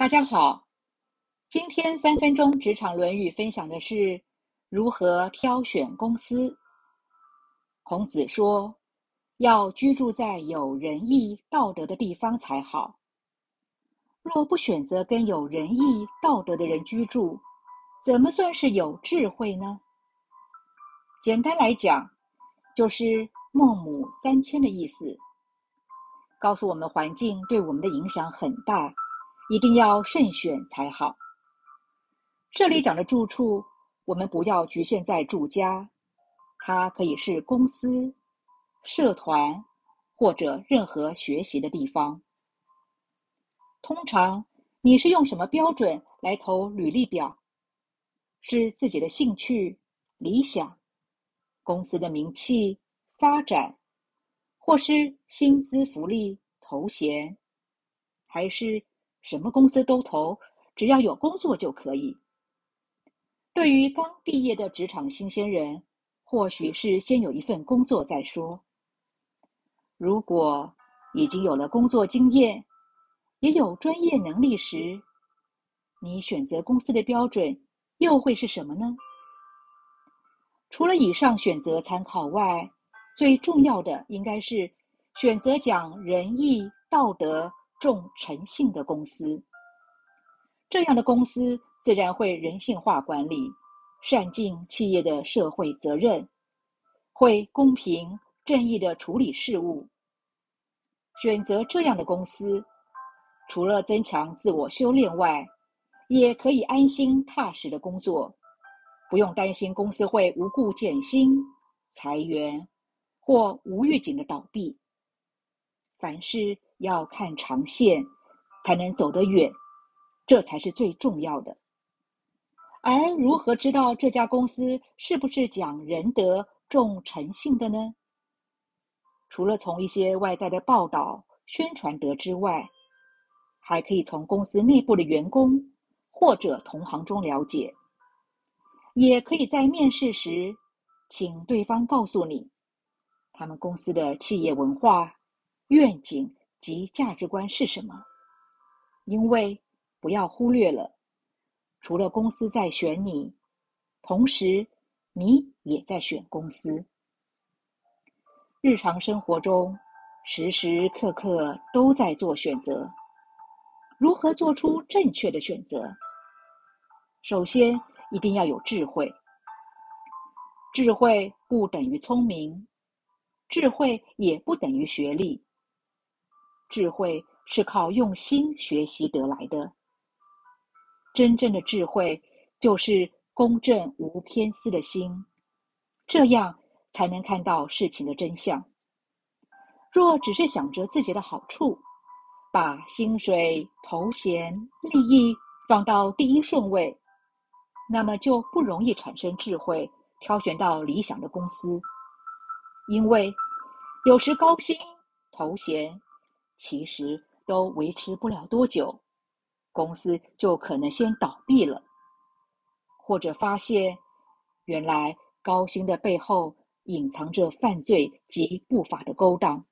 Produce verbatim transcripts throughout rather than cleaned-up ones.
大家好，今天三分钟职场论语分享的是如何挑选公司。孔子说，要居住在有仁义道德的地方才好。若不选择跟有仁义道德的人居住，怎么算是有智慧呢？简单来讲，就是孟母三迁的意思，告诉我们环境对我们的影响很大，一定要慎选才好。这里讲的住处，我们不要局限在住家，它可以是公司、社团或者任何学习的地方。通常你是用什么标准来投履历表？是自己的兴趣、理想、公司的名气、发展，或是薪资福利、头衔，还是什么公司都投，只要有工作就可以？对于刚毕业的职场新鲜人，或许是先有一份工作再说。如果已经有了工作经验，也有专业能力时，你选择公司的标准又会是什么呢？除了以上选择参考外，最重要的应该是选择讲仁义道德重诚信的公司。这样的公司自然会人性化管理，善尽企业的社会责任，会公平正义地处理事务。选择这样的公司，除了增强自我修炼外，也可以安心踏实的工作，不用担心公司会无故减薪、裁员或无预警的倒闭。凡事要看长线，才能走得远，这才是最重要的。而如何知道这家公司是不是讲仁德重诚信的呢？除了从一些外在的报道宣传得知外，还可以从公司内部的员工或者同行中了解。也可以在面试时请对方告诉你他们公司的企业文化、愿景及价值观是什么。因为不要忽略了，除了公司在选你，同时你也在选公司。日常生活中时时刻刻都在做选择，如何做出正确的选择？首先一定要有智慧。智慧不等于聪明，智慧也不等于学历。智慧是靠用心学习得来的。真正的智慧就是公正无偏私的心，这样才能看到事情的真相。若只是想着自己的好处，把薪水、头衔、利益放到第一顺位，那么就不容易产生智慧，挑选到理想的公司。因为有时高薪、头衔其实都维持不了多久，公司就可能先倒闭了，或者发现原来高薪的背后隐藏着犯罪及不法的勾当。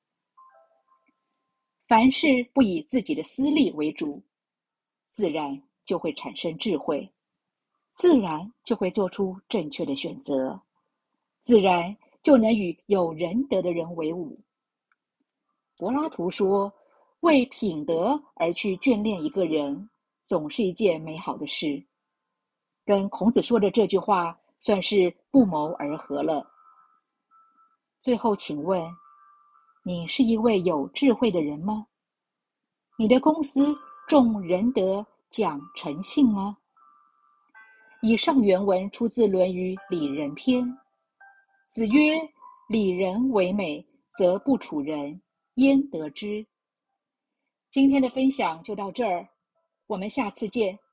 凡事不以自己的私利为主，自然就会产生智慧，自然就会做出正确的选择，自然就能与有仁德的人为伍。柏拉图说，为品德而去眷恋一个人，总是一件美好的事。跟孔子说的这句话算是不谋而合了。最后请问，你是一位有智慧的人吗？你的公司重仁德讲诚信吗？以上原文出自《论语·里仁篇》。子曰：里仁为美，则不处人，焉得之？今天的分享就到这儿，我们下次见。